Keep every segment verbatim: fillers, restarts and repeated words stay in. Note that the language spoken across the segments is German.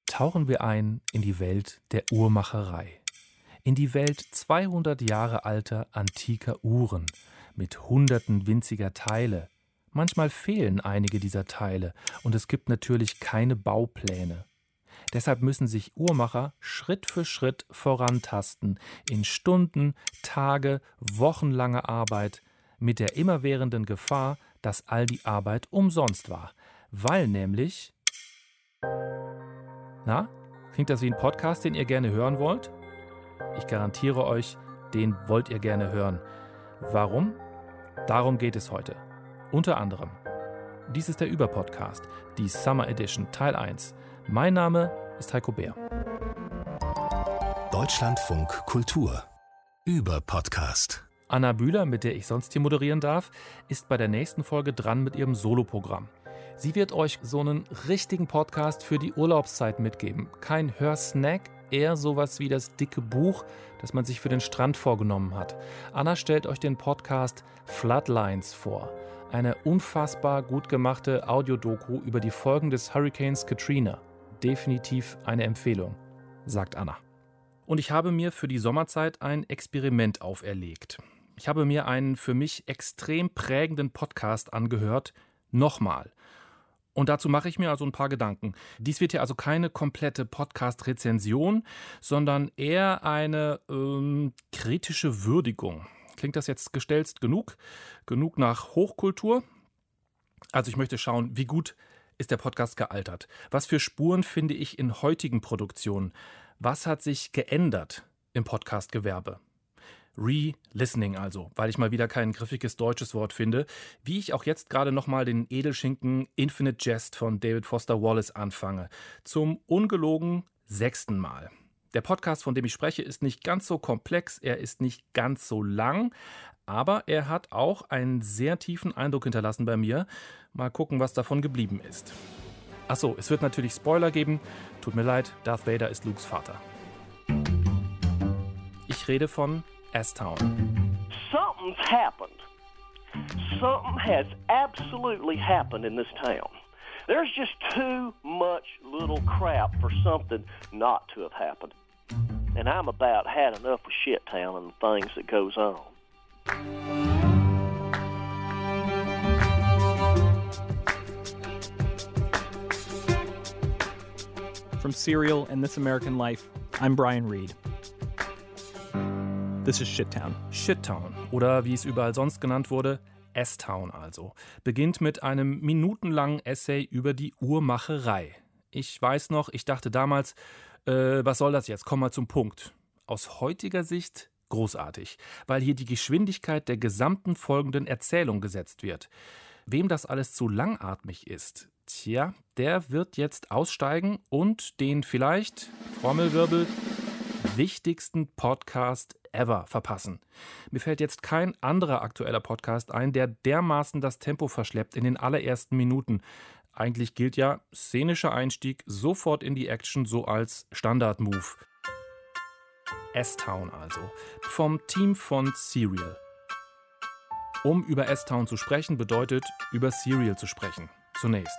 tauchen wir ein in die Welt der Uhrmacherei. In die Welt zweihundert Jahre alter antiker Uhren mit hunderten winziger Teile. Manchmal fehlen einige dieser Teile und es gibt natürlich keine Baupläne. Deshalb müssen sich Uhrmacher Schritt für Schritt vorantasten in Stunden, Tage, wochenlange Arbeit mit der immerwährenden Gefahr, dass all die Arbeit umsonst war. Weil nämlich... Na, klingt das wie ein Podcast, den ihr gerne hören wollt? Ich garantiere euch, den wollt ihr gerne hören. Warum? Darum geht es heute. Unter anderem. Dies ist der Über-Podcast, die Summer Edition Teil eins. Mein Name ist Heiko Bär. Deutschlandfunk Kultur. Über-Podcast. Anna Bühler, mit der ich sonst hier moderieren darf, ist bei der nächsten Folge dran mit ihrem Soloprogramm. Sie wird euch so einen richtigen Podcast für die Urlaubszeit mitgeben. Kein Hörsnack, eher sowas wie das dicke Buch, das man sich für den Strand vorgenommen hat. Anna stellt euch den Podcast Floodlines vor. Eine unfassbar gut gemachte Audiodoku über die Folgen des Hurrikans Katrina. Definitiv eine Empfehlung, sagt Anna. Und ich habe mir für die Sommerzeit ein Experiment auferlegt. Ich habe mir einen für mich extrem prägenden Podcast angehört, nochmal. Und dazu mache ich mir also ein paar Gedanken. Dies wird ja also keine komplette Podcast-Rezension, sondern eher eine ähm, kritische Würdigung. Klingt das jetzt gestelzt genug? Genug nach Hochkultur? Also ich möchte schauen, wie gut ist der Podcast gealtert? Was für Spuren finde ich in heutigen Produktionen? Was hat sich geändert im Podcast-Gewerbe? Re-Listening also, weil ich mal wieder kein griffiges deutsches Wort finde, wie ich auch jetzt gerade nochmal den Edelschinken Infinite Jest von David Foster Wallace anfange. Zum ungelogen sechsten Mal. Der Podcast, von dem ich spreche, ist nicht ganz so komplex, er ist nicht ganz so lang, aber er hat auch einen sehr tiefen Eindruck hinterlassen bei mir. Mal gucken, was davon geblieben ist. Achso, es wird natürlich Spoiler geben. Tut mir leid, Darth Vader ist Lukes Vater. Ich rede von S-Town. Something's happened. Something has absolutely happened in this town. There's just too much little crap for something not to have happened. And I'm about had enough of shit town and the things that goes on. From Serial and This American Life, I'm Brian Reed. This is Shittown. Shittown, oder wie es überall sonst genannt wurde, S-Town also, beginnt mit einem minutenlangen Essay über die Uhrmacherei. Ich weiß noch, ich dachte damals, äh, was soll das jetzt? Komm mal zum Punkt. Aus heutiger Sicht großartig, weil hier die Geschwindigkeit der gesamten folgenden Erzählung gesetzt wird. Wem das alles zu langatmig ist, tja, der wird jetzt aussteigen und den vielleicht, Trommelwirbel, wichtigsten Podcast ever verpassen. Mir fällt jetzt kein anderer aktueller Podcast ein, der dermaßen das Tempo verschleppt in den allerersten Minuten. Eigentlich gilt ja szenischer Einstieg sofort in die Action so als Standard-Move. S-Town also, vom Team von Serial. Um über S-Town zu sprechen, bedeutet über Serial zu sprechen. Zunächst.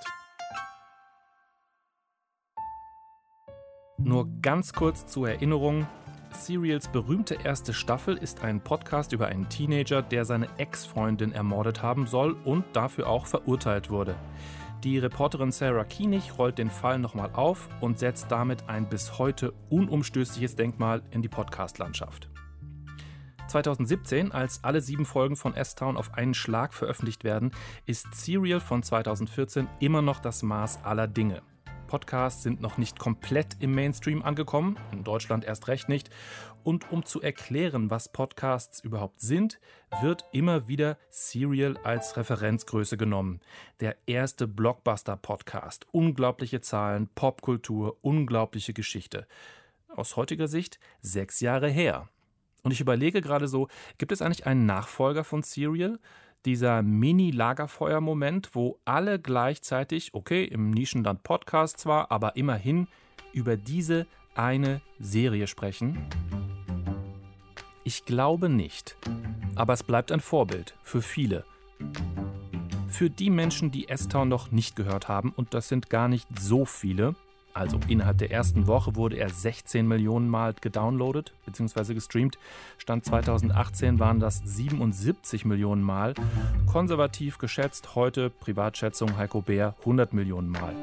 Nur ganz kurz zur Erinnerung. Serials berühmte erste Staffel ist ein Podcast über einen Teenager, der seine Ex-Freundin ermordet haben soll und dafür auch verurteilt wurde. Die Reporterin Sarah Koenig rollt den Fall nochmal auf und setzt damit ein bis heute unumstößliches Denkmal in die Podcast-Landschaft. zweitausendsiebzehn, als alle sieben Folgen von S-Town auf einen Schlag veröffentlicht werden, ist Serial von zweitausendvierzehn immer noch das Maß aller Dinge. Podcasts sind noch nicht komplett im Mainstream angekommen, in Deutschland erst recht nicht. Und um zu erklären, was Podcasts überhaupt sind, wird immer wieder Serial als Referenzgröße genommen. Der erste Blockbuster-Podcast, unglaubliche Zahlen, Popkultur, unglaubliche Geschichte. Aus heutiger Sicht sechs Jahre her. Und ich überlege gerade so, gibt es eigentlich einen Nachfolger von Serial? Dieser Mini-Lagerfeuer-Moment, wo alle gleichzeitig, okay, im Nischenland Podcast zwar, aber immerhin über diese eine Serie sprechen? Ich glaube nicht. Aber es bleibt ein Vorbild für viele. Für die Menschen, die S-Town noch nicht gehört haben, und das sind gar nicht so viele, Also innerhalb der ersten Woche wurde er sechzehn Millionen Mal gedownloadet bzw. gestreamt. Stand zweitausendachtzehn waren das siebenundsiebzig Millionen Mal. Konservativ geschätzt, heute Privatschätzung Heiko Bär, hundert Millionen Mal.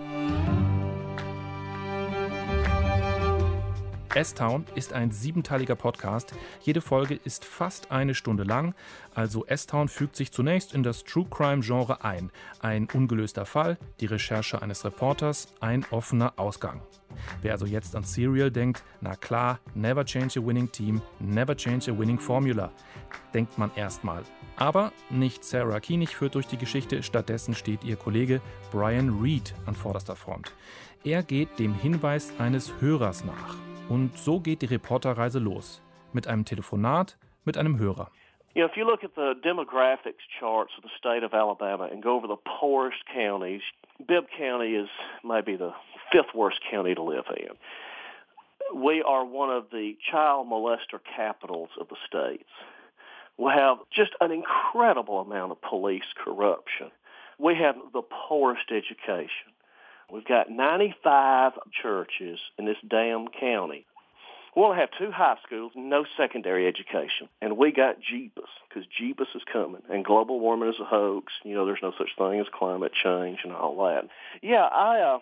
S-Town ist ein siebenteiliger Podcast. Jede Folge ist fast eine Stunde lang. Also S-Town fügt sich zunächst in das True-Crime-Genre ein. Ein ungelöster Fall, die Recherche eines Reporters, ein offener Ausgang. Wer also jetzt an Serial denkt, na klar, never change a winning team, never change a winning formula, denkt man erstmal. Aber nicht Sarah Koenig führt durch die Geschichte, stattdessen steht ihr Kollege Brian Reed an vorderster Front. Er geht dem Hinweis eines Hörers nach. Und so geht die Reporterreise los. Mit einem Telefonat, mit einem Hörer. You know, if you look at the demographics charts of the state of Alabama and go over the poorest counties, Bibb County is maybe the fifth worst county to live in. We are one of the child molester capitals of the states. We have just an incredible amount of police corruption. We have the poorest education. We've got ninety-five churches in this damn county. We only have two high schools, no secondary education. And we got Jeepus, because Jeepus is coming. And global warming is a hoax. You know, there's no such thing as climate change and all that. Yeah, I, uh,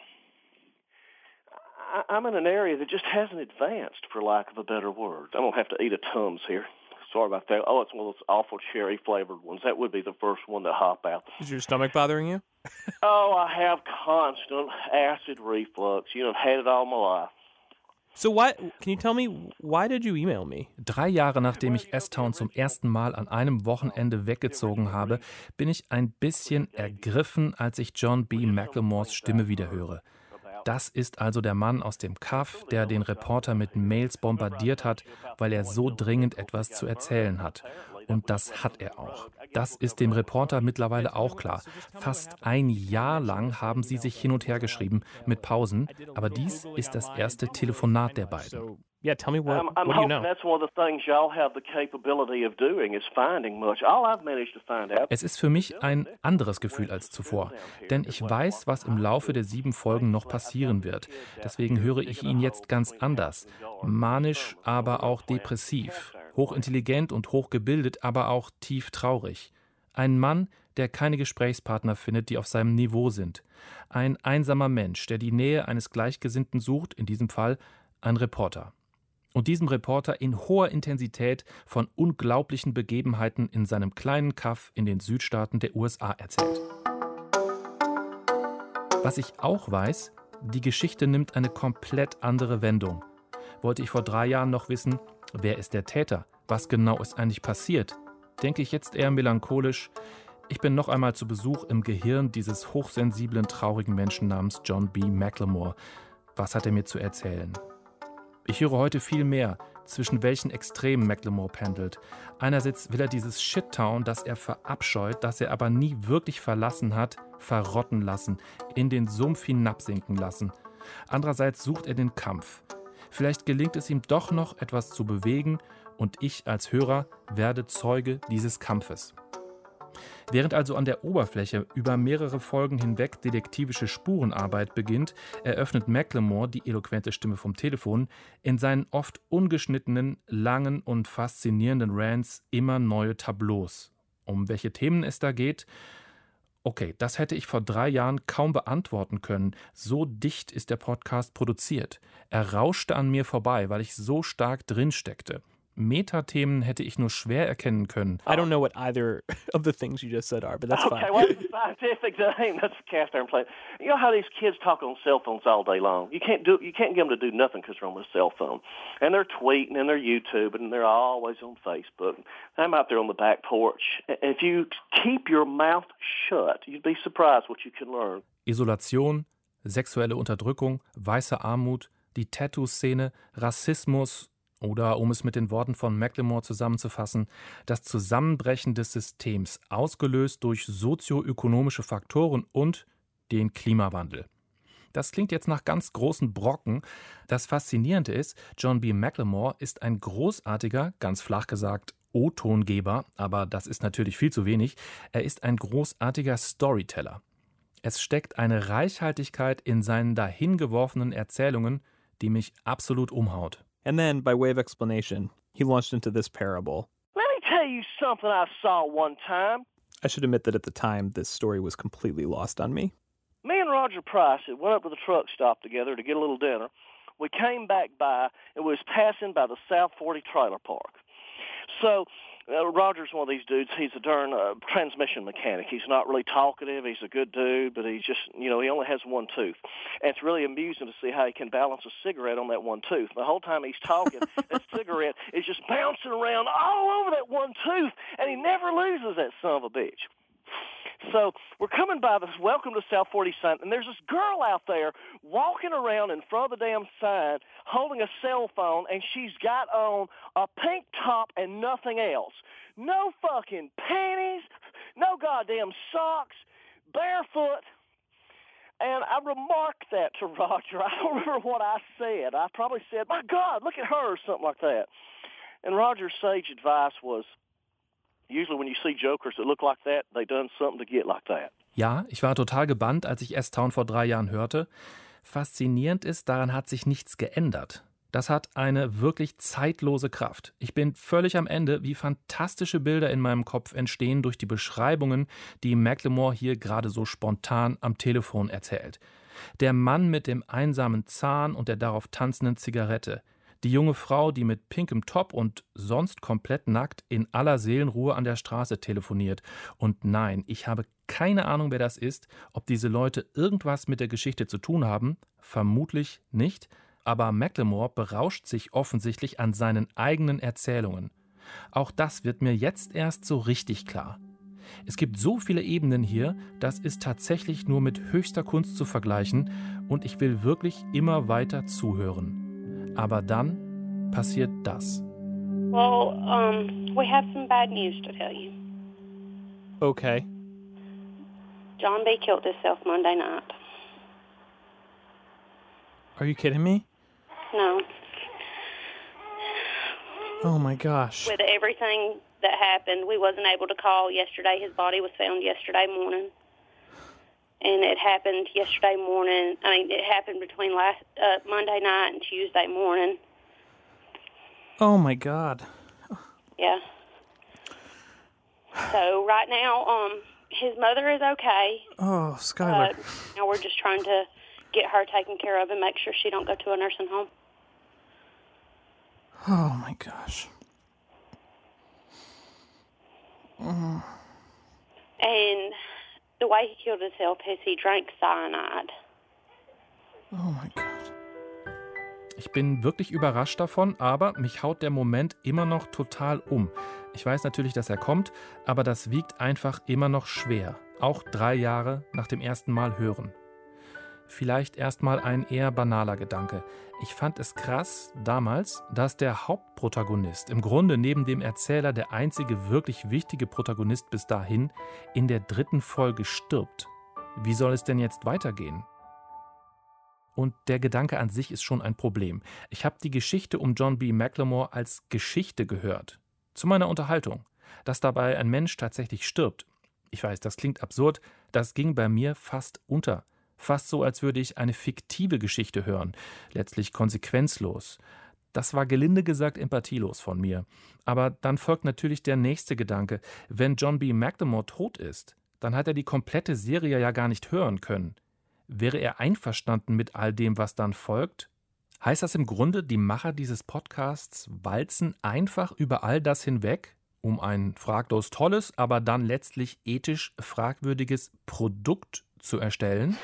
I, I'm in an area that just hasn't advanced, for lack of a better word. I don't have to eat a Tums here. Sorry about that. Oh, it's one of those awful cherry-flavored ones. That would be the first one to hop out. Is your stomach bothering you? Oh, I have constant acid reflux. You know, I've had it all my life. So why, can you tell me, why did you email me? Drei Jahre nachdem ich S-Town zum ersten Mal an einem Wochenende weggezogen habe, bin ich ein bisschen ergriffen, als ich John B. McLemores Stimme wieder höre. Das ist also der Mann aus dem Kaff, der den Reporter mit Mails bombardiert hat, weil er so dringend etwas zu erzählen hat. Und das hat er auch. Das ist dem Reporter mittlerweile auch klar. Fast ein Jahr lang haben sie sich hin und her geschrieben, mit Pausen. Aber dies ist das erste Telefonat der beiden. Yeah, tell me what, I'm, I'm what do you hoping know? that's one of the things y'all have the capability of doing is finding much. All I've managed to find out. Es ist für mich ein anderes Gefühl als zuvor, denn ich weiß, was im Laufe der sieben Folgen noch passieren wird. Deswegen höre ich ihn jetzt ganz anders. Manisch, aber auch depressiv. Hochintelligent und hochgebildet, aber auch tief traurig. Ein Mann, der keine Gesprächspartner findet, die auf seinem Niveau sind. Ein einsamer Mensch, der die Nähe eines Gleichgesinnten sucht, in diesem Fall ein Reporter. Und diesem Reporter in hoher Intensität von unglaublichen Begebenheiten in seinem kleinen Kaff in den Südstaaten der U S A erzählt. Was ich auch weiß, die Geschichte nimmt eine komplett andere Wendung. Wollte ich vor drei Jahren noch wissen, wer ist der Täter? Was genau ist eigentlich passiert? Denke ich jetzt eher melancholisch. Ich bin noch einmal zu Besuch im Gehirn dieses hochsensiblen, traurigen Menschen namens John B. McLemore. Was hat er mir zu erzählen? Ich höre heute viel mehr, zwischen welchen Extremen McLemore pendelt. Einerseits will er dieses Shit-Town, das er verabscheut, das er aber nie wirklich verlassen hat, verrotten lassen, in den Sumpf hinabsinken lassen. Andererseits sucht er den Kampf. Vielleicht gelingt es ihm doch noch, etwas zu bewegen, und ich als Hörer werde Zeuge dieses Kampfes. Während also an der Oberfläche über mehrere Folgen hinweg detektivische Spurenarbeit beginnt, eröffnet McLemore, die eloquente Stimme vom Telefon, in seinen oft ungeschnittenen, langen und faszinierenden Rants immer neue Tableaus. Um welche Themen es da geht? Okay, das hätte ich vor drei Jahren kaum beantworten können. So dicht ist der Podcast produziert. Er rauschte an mir vorbei, weil ich so stark drin steckte. Metathemen hätte ich nur schwer erkennen können. I don't know what either of the things you just said are, but that's Okay, fine. well, it's a scientific name. That's a cast iron plate. You know how these kids talk on cell phones all day long? You can't do, you can't get them to do nothing because they're on a cell phone. And they're tweeting and they're YouTubing and they're always on Facebook. I'm out there on the back porch. If you keep your mouth shut, you'd be surprised what you can learn. Isolation, sexuelle Unterdrückung, weiße Armut, die Tattoo-Szene, Rassismus oder, um es mit den Worten von McLemore zusammenzufassen, das Zusammenbrechen des Systems, ausgelöst durch sozioökonomische Faktoren und den Klimawandel. Das klingt jetzt nach ganz großen Brocken. Das Faszinierende ist, John B. McLemore ist ein großartiger, ganz flach gesagt, O-Tongeber, aber das ist natürlich viel zu wenig. Er ist ein großartiger Storyteller. Es steckt eine Reichhaltigkeit in seinen dahingeworfenen Erzählungen, die mich absolut umhaut. And then, by way of explanation, he launched into this parable. Let me tell you something I saw one time. I should admit that at the time, this story was completely lost on me. Me and Roger Price had went up to the truck stop together to get a little dinner. We came back by, and we was passing by the South forty trailer park. So uh, Roger's one of these dudes. He's a darn uh, transmission mechanic. He's not really talkative. He's a good dude, but he's just, you know, he only has one tooth. And it's really amusing to see how he can balance a cigarette on that one tooth. The whole time he's talking, that cigarette is just bouncing around all over that one tooth, and he never loses that son of a bitch. So we're coming by this Welcome to South forty sign, and there's this girl out there walking around in front of the damn sign holding a cell phone, and she's got on a pink top and nothing else. No fucking panties, no goddamn socks, barefoot. And I remarked that to Roger. I don't remember what I said. I probably said, my God, look at her, or something like that. And Roger's sage advice was, usually when you see jokers that look like that, they done something to get like that. Ja, ich war total gebannt, als ich S-Town vor drei Jahren hörte. Faszinierend ist, daran hat sich nichts geändert. Das hat eine wirklich zeitlose Kraft. Ich bin völlig am Ende, wie fantastische Bilder in meinem Kopf entstehen durch die Beschreibungen, die Macklemore hier gerade so spontan am Telefon erzählt. Der Mann mit dem einsamen Zahn und der darauf tanzenden Zigarette. Die junge Frau, die mit pinkem Top und sonst komplett nackt in aller Seelenruhe an der Straße telefoniert. Und nein, ich habe keine Ahnung, wer das ist, ob diese Leute irgendwas mit der Geschichte zu tun haben. Vermutlich nicht. Aber Macklemore berauscht sich offensichtlich an seinen eigenen Erzählungen. Auch das wird mir jetzt erst so richtig klar. Es gibt so viele Ebenen hier, das ist tatsächlich nur mit höchster Kunst zu vergleichen und ich will wirklich immer weiter zuhören. Aber dann passiert das. Well, um, we have some bad news to tell you. Okay. John B. killed himself Monday night. Are you kidding me? No. Oh my gosh. With everything that happened, we wasn't able to call yesterday. His body was found yesterday morning. And it happened yesterday morning. I mean, it happened between last uh, Monday night and Tuesday morning. Oh my God. Yeah. So right now, um, his mother is okay. Oh, Skylar. Uh, now we're just trying to get her taken care of and make sure she don't go to a nursing home. Oh my gosh. Mm. And the way he killed himself is he drank cyanide. Oh my God. Ich bin wirklich überrascht davon, aber mich haut der Moment immer noch total um. Ich weiß natürlich, dass er kommt, aber das wiegt einfach immer noch schwer. Auch drei Jahre nach dem ersten Mal hören. Vielleicht erstmal ein eher banaler Gedanke. Ich fand es krass damals, dass der Hauptprotagonist, im Grunde neben dem Erzähler der einzige wirklich wichtige Protagonist bis dahin, in der dritten Folge stirbt. Wie soll es denn jetzt weitergehen? Und der Gedanke an sich ist schon ein Problem. Ich habe die Geschichte um John B. Macklemore als Geschichte gehört. Zu meiner Unterhaltung. Dass dabei ein Mensch tatsächlich stirbt. Ich weiß, das klingt absurd, das ging bei mir fast unter. Fast so, als würde ich eine fiktive Geschichte hören, letztlich konsequenzlos. Das war gelinde gesagt empathielos von mir. Aber dann folgt natürlich der nächste Gedanke. Wenn John B. Macklemore tot ist, dann hat er die komplette Serie ja gar nicht hören können. Wäre er einverstanden mit all dem, was dann folgt? Heißt das im Grunde, die Macher dieses Podcasts walzen einfach über all das hinweg, um ein fraglos tolles, aber dann letztlich ethisch fragwürdiges Produkt zu erstellen?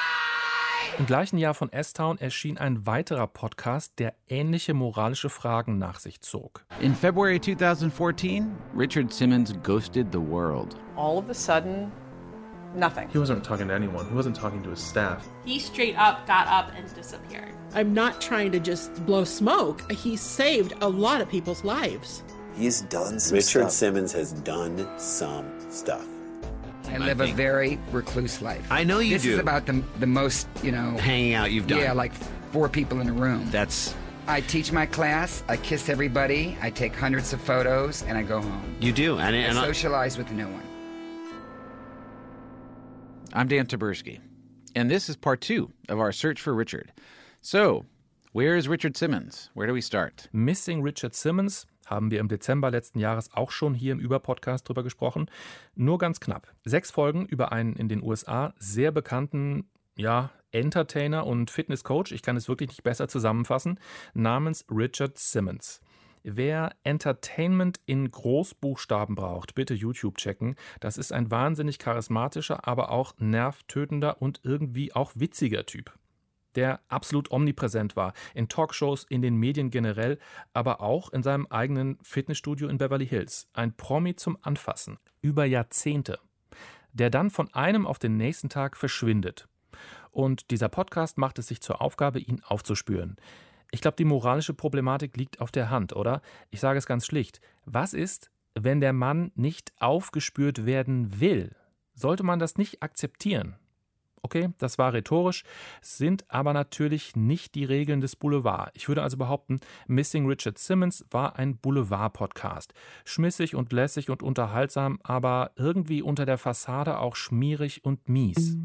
Im gleichen Jahr von S-Town erschien ein weiterer Podcast, der ähnliche moralische Fragen nach sich zog. In February twenty fourteen, Richard Simmons ghosted the world. All of a sudden, nothing. He wasn't talking to anyone. He wasn't talking to his staff. He straight up got up and disappeared. I'm not trying to just blow smoke. He saved a lot of people's lives. He's done some Richard stuff. Simmons has done some stuff. I live I a very recluse life. I know you this do. This is about the, the most, you know... hanging out you've done. Yeah, like four people in a room. That's... I teach my class, I kiss everybody, I take hundreds of photos, and I go home. You do. And, and I socialize with no one. I'm Dan Taberski, and this is part two of our search for Richard. So, where is Richard Simmons? Where do we start? Missing Richard Simmons haben wir im Dezember letzten Jahres auch schon hier im Über-Podcast drüber gesprochen. Nur ganz knapp. Sechs Folgen über einen in den U S A sehr bekannten, ja, Entertainer und Fitnesscoach, ich kann es wirklich nicht besser zusammenfassen, namens Richard Simmons. Wer Entertainment in Großbuchstaben braucht, bitte YouTube checken. Das ist ein wahnsinnig charismatischer, aber auch nervtötender und irgendwie auch witziger Typ, der absolut omnipräsent war, in Talkshows, in den Medien generell, aber auch in seinem eigenen Fitnessstudio in Beverly Hills. Ein Promi zum Anfassen, über Jahrzehnte, der dann von einem auf den nächsten Tag verschwindet. Und dieser Podcast macht es sich zur Aufgabe, ihn aufzuspüren. Ich glaube, die moralische Problematik liegt auf der Hand, oder? Ich sage es ganz schlicht. Was ist, wenn der Mann nicht aufgespürt werden will? Sollte man das nicht akzeptieren? Okay, das war rhetorisch, sind aber natürlich nicht die Regeln des Boulevard. Ich würde also behaupten, Missing Richard Simmons war ein Boulevard-Podcast. Schmissig und lässig und unterhaltsam, aber irgendwie unter der Fassade auch schmierig und mies.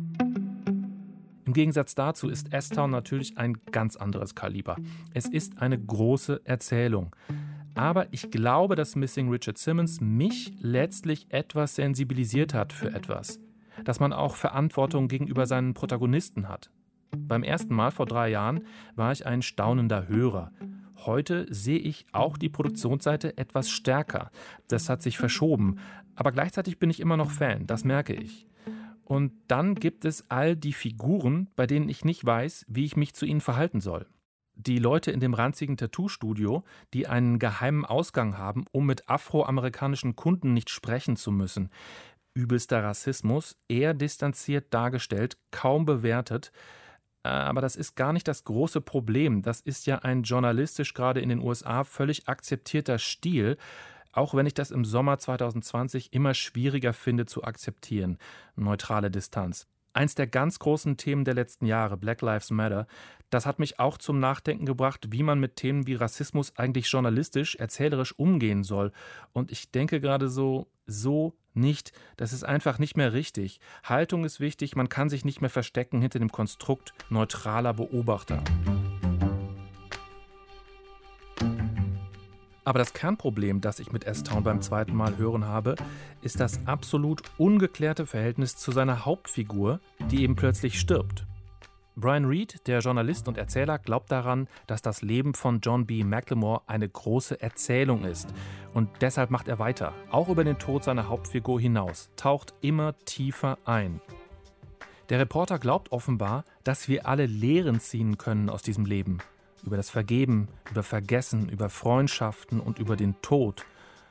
Im Gegensatz dazu ist S-Town natürlich ein ganz anderes Kaliber. Es ist eine große Erzählung. Aber ich glaube, dass Missing Richard Simmons mich letztlich etwas sensibilisiert hat für etwas. Dass man auch Verantwortung gegenüber seinen Protagonisten hat. Beim ersten Mal vor drei Jahren war ich ein staunender Hörer. Heute sehe ich auch die Produktionsseite etwas stärker. Das hat sich verschoben. Aber gleichzeitig bin ich immer noch Fan, das merke ich. Und dann gibt es all die Figuren, bei denen ich nicht weiß, wie ich mich zu ihnen verhalten soll. Die Leute in dem ranzigen Tattoo-Studio, die einen geheimen Ausgang haben, um mit afroamerikanischen Kunden nicht sprechen zu müssen. Übelster Rassismus, eher distanziert dargestellt, kaum bewertet. Aber das ist gar nicht das große Problem. Das ist ja ein journalistisch gerade in den U S A völlig akzeptierter Stil, auch wenn ich das im Sommer zwanzig zwanzig immer schwieriger finde zu akzeptieren. Neutrale Distanz. Eins der ganz großen Themen der letzten Jahre, Black Lives Matter, das hat mich auch zum Nachdenken gebracht, wie man mit Themen wie Rassismus eigentlich journalistisch, erzählerisch umgehen soll. Und ich denke gerade so, so nicht. Das ist einfach nicht mehr richtig. Haltung ist wichtig, man kann sich nicht mehr verstecken hinter dem Konstrukt neutraler Beobachter. Aber das Kernproblem, das ich mit S-Town beim zweiten Mal hören habe, ist das absolut ungeklärte Verhältnis zu seiner Hauptfigur, die eben plötzlich stirbt. Brian Reed, der Journalist und Erzähler, glaubt daran, dass das Leben von John B. McLemore eine große Erzählung ist. Und deshalb macht er weiter, auch über den Tod seiner Hauptfigur hinaus, taucht immer tiefer ein. Der Reporter glaubt offenbar, dass wir alle Lehren ziehen können aus diesem Leben. Über das Vergeben, über Vergessen, über Freundschaften und über den Tod.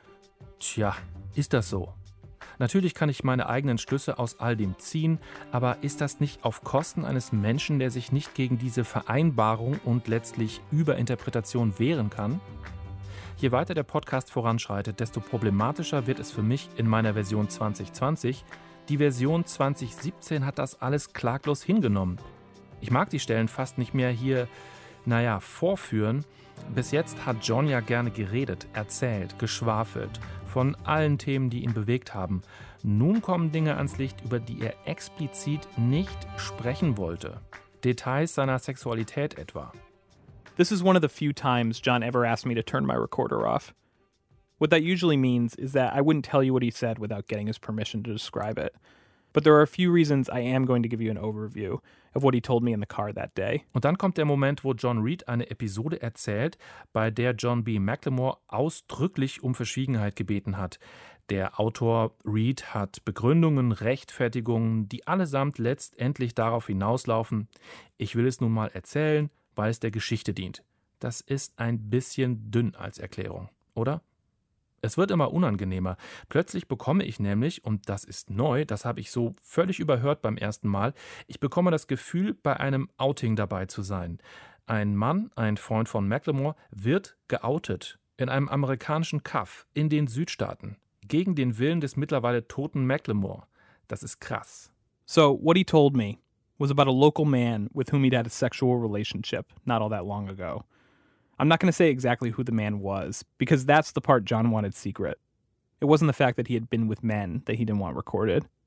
Tja, ist das so? Natürlich kann ich meine eigenen Schlüsse aus all dem ziehen, aber ist das nicht auf Kosten eines Menschen, der sich nicht gegen diese Vereinbarung und letztlich Überinterpretation wehren kann? Je weiter der Podcast voranschreitet, desto problematischer wird es für mich in meiner Version zwanzig zwanzig. Die Version zwanzig siebzehn hat das alles klaglos hingenommen. Ich mag die Stellen fast nicht mehr hier Naja, vorführen. Bis jetzt hat John ja gerne geredet, erzählt, geschwafelt, von allen Themen, die ihn bewegt haben. Nun kommen Dinge ans Licht, über die er explizit nicht sprechen wollte. Details seiner Sexualität etwa. This is one of the few times John ever asked me to turn my recorder off. What that usually means is that I wouldn't tell you what he said without getting his permission to describe it. But there are a few reasons I am going to give you an overview of what he told me in the car that day. Und dann kommt der Moment, wo John Reed eine Episode erzählt, bei der John B. McLemore ausdrücklich um Verschwiegenheit gebeten hat. Der Autor Reed hat Begründungen, Rechtfertigungen, die allesamt letztendlich darauf hinauslaufen, ich will es nun mal erzählen, weil es der Geschichte dient. Das ist ein bisschen dünn als Erklärung, oder? Es wird immer unangenehmer. Plötzlich bekomme ich nämlich, und das ist neu, das habe ich so völlig überhört beim ersten Mal, ich bekomme das Gefühl, bei einem Outing dabei zu sein. Ein Mann, ein Freund von McLemore, wird geoutet in einem amerikanischen Kaff in den Südstaaten gegen den Willen des mittlerweile toten McLemore. Das ist krass. So, what he told me was about a local man with whom he'd had a sexual relationship not all that long ago. I'm not going to say exactly who the man was, because that's the part John wanted secret. It wasn't the fact that he had been with men that he didn't want recorded.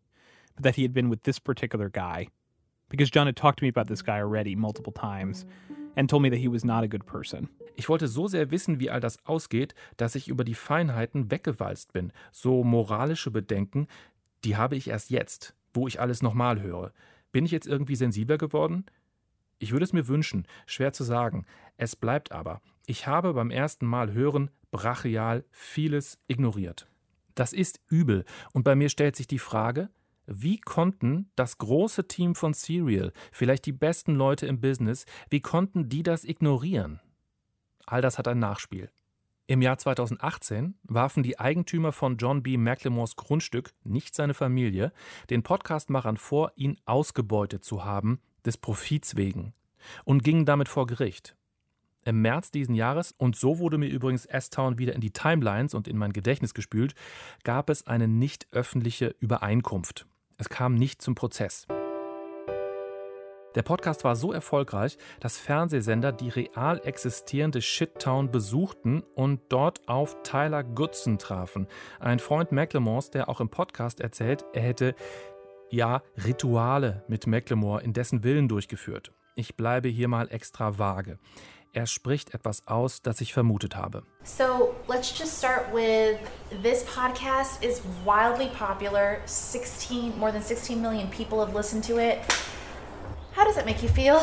but that he had been with this particular guy. Because John had talked to me about this guy already multiple times and told me that he was not a good person. Ich wollte so sehr wissen, wie all das ausgeht, dass ich über die Feinheiten weggewalzt bin. So moralische Bedenken, die habe ich erst jetzt, wo ich alles nochmal höre. Bin ich jetzt irgendwie sensibler geworden? Ich würde es mir wünschen, schwer zu sagen. Es bleibt aber. Ich habe beim ersten Mal hören brachial vieles ignoriert. Das ist übel. Und bei mir stellt sich die Frage, wie konnten das große Team von Serial, vielleicht die besten Leute im Business, wie konnten die das ignorieren? All das hat ein Nachspiel. Im Jahr zweitausendachtzehn warfen die Eigentümer von John B. McLemores Grundstück, nicht seine Familie, den Podcastmachern vor, ihn ausgebeutet zu haben, des Profits wegen, und gingen damit vor Gericht. Im März diesen Jahres, und so wurde mir übrigens S-Town wieder in die Timelines und in mein Gedächtnis gespült, gab es eine nicht öffentliche Übereinkunft. Es kam nicht zum Prozess. Der Podcast war so erfolgreich, dass Fernsehsender die real existierende Shittown besuchten und dort auf Tyler Goodson trafen. Ein Freund McLemores, der auch im Podcast erzählt, er hätte, ja, Rituale mit McLemore in dessen Willen durchgeführt. Ich bleibe hier mal extra vage. Er spricht etwas aus, das ich vermutet habe. So, let's just start with this podcast is wildly popular. sixteen, more than sixteen million people have listened to it. How does it make you feel?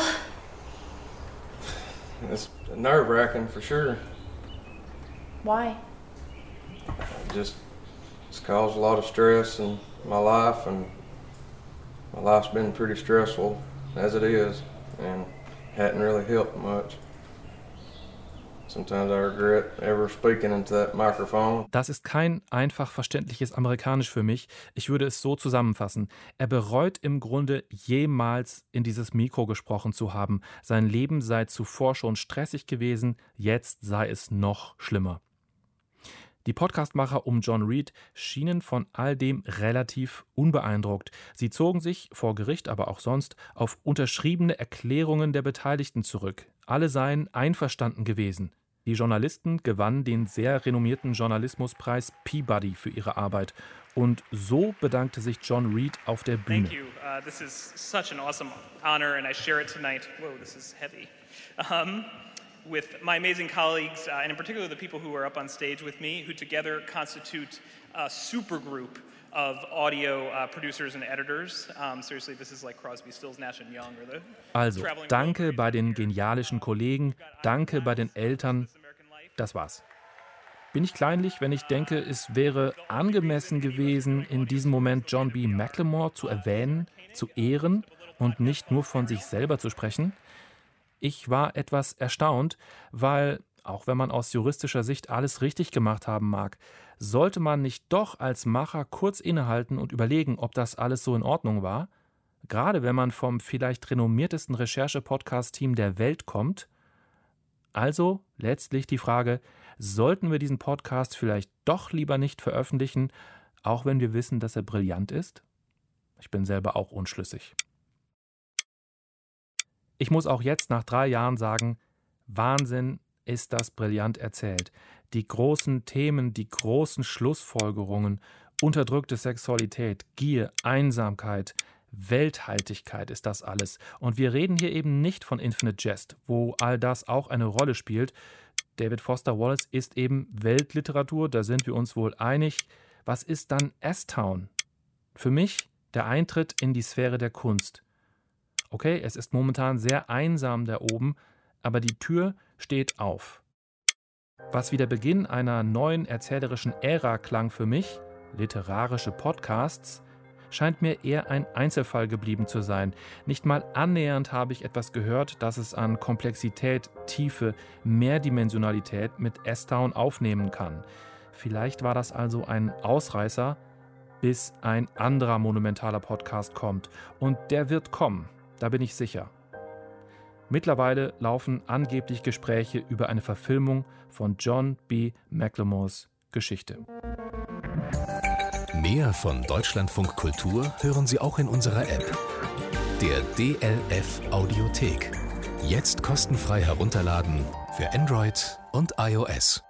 It's nerve-wracking for sure. Why? It just it's caused a lot of stress in my life, and my life's been pretty stressful as it is, and hadn't really helped much. Sometimes I regret ever speaking into that microphone. Das ist kein einfach verständliches Amerikanisch für mich. Ich würde es so zusammenfassen. Er bereut im Grunde, jemals in dieses Mikro gesprochen zu haben. Sein Leben sei zuvor schon stressig gewesen, jetzt sei es noch schlimmer. Die Podcastmacher um John Reed schienen von all dem relativ unbeeindruckt. Sie zogen sich, vor Gericht, aber auch sonst, auf unterschriebene Erklärungen der Beteiligten zurück. Alle seien einverstanden gewesen. Die Journalisten gewannen den sehr renommierten Journalismuspreis Peabody für ihre Arbeit. Und so bedankte sich John Reed auf der Bühne. Thank you. Uh, this is such an awesome honor, and I share it tonight. Whoa, this is heavy. Um, with my amazing colleagues, uh, and in particular the people who are up on stage with me, who together constitute a supergroup of audio uh, producers and editors. Um, seriously, this is like Crosby, Stills, Nash and Young. Or the also, danke bei den genialischen Kollegen, danke bei den Eltern. Das war's. Bin ich kleinlich, wenn ich denke, es wäre angemessen gewesen, in diesem Moment John B. McLemore zu erwähnen, zu ehren und nicht nur von sich selber zu sprechen? Ich war etwas erstaunt, weil, auch wenn man aus juristischer Sicht alles richtig gemacht haben mag, sollte man nicht doch als Macher kurz innehalten und überlegen, ob das alles so in Ordnung war? Gerade wenn man vom vielleicht renommiertesten Recherche-Podcast-Team der Welt kommt? Also letztlich die Frage, sollten wir diesen Podcast vielleicht doch lieber nicht veröffentlichen, auch wenn wir wissen, dass er brillant ist? Ich bin selber auch unschlüssig. Ich muss auch jetzt nach drei Jahren sagen, Wahnsinn, ist das brillant erzählt. Die großen Themen, die großen Schlussfolgerungen, unterdrückte Sexualität, Gier, Einsamkeit, Welthaltigkeit ist das alles. Und wir reden hier eben nicht von Infinite Jest, wo all das auch eine Rolle spielt. David Foster Wallace ist eben Weltliteratur, da sind wir uns wohl einig. Was ist dann S-Town? Für mich der Eintritt in die Sphäre der Kunst. Okay, es ist momentan sehr einsam da oben, aber die Tür steht auf. Was wie der Beginn einer neuen erzählerischen Ära klang für mich, literarische Podcasts, scheint mir eher ein Einzelfall geblieben zu sein. Nicht mal annähernd habe ich etwas gehört, das es an Komplexität, Tiefe, Mehrdimensionalität mit S-Town aufnehmen kann. Vielleicht war das also ein Ausreißer, bis ein anderer monumentaler Podcast kommt. Und der wird kommen, da bin ich sicher. Mittlerweile laufen angeblich Gespräche über eine Verfilmung von John B. McLemores Geschichte. Mehr von Deutschlandfunk Kultur hören Sie auch in unserer App, der D L F Audiothek. Jetzt kostenfrei herunterladen für Android und iOS.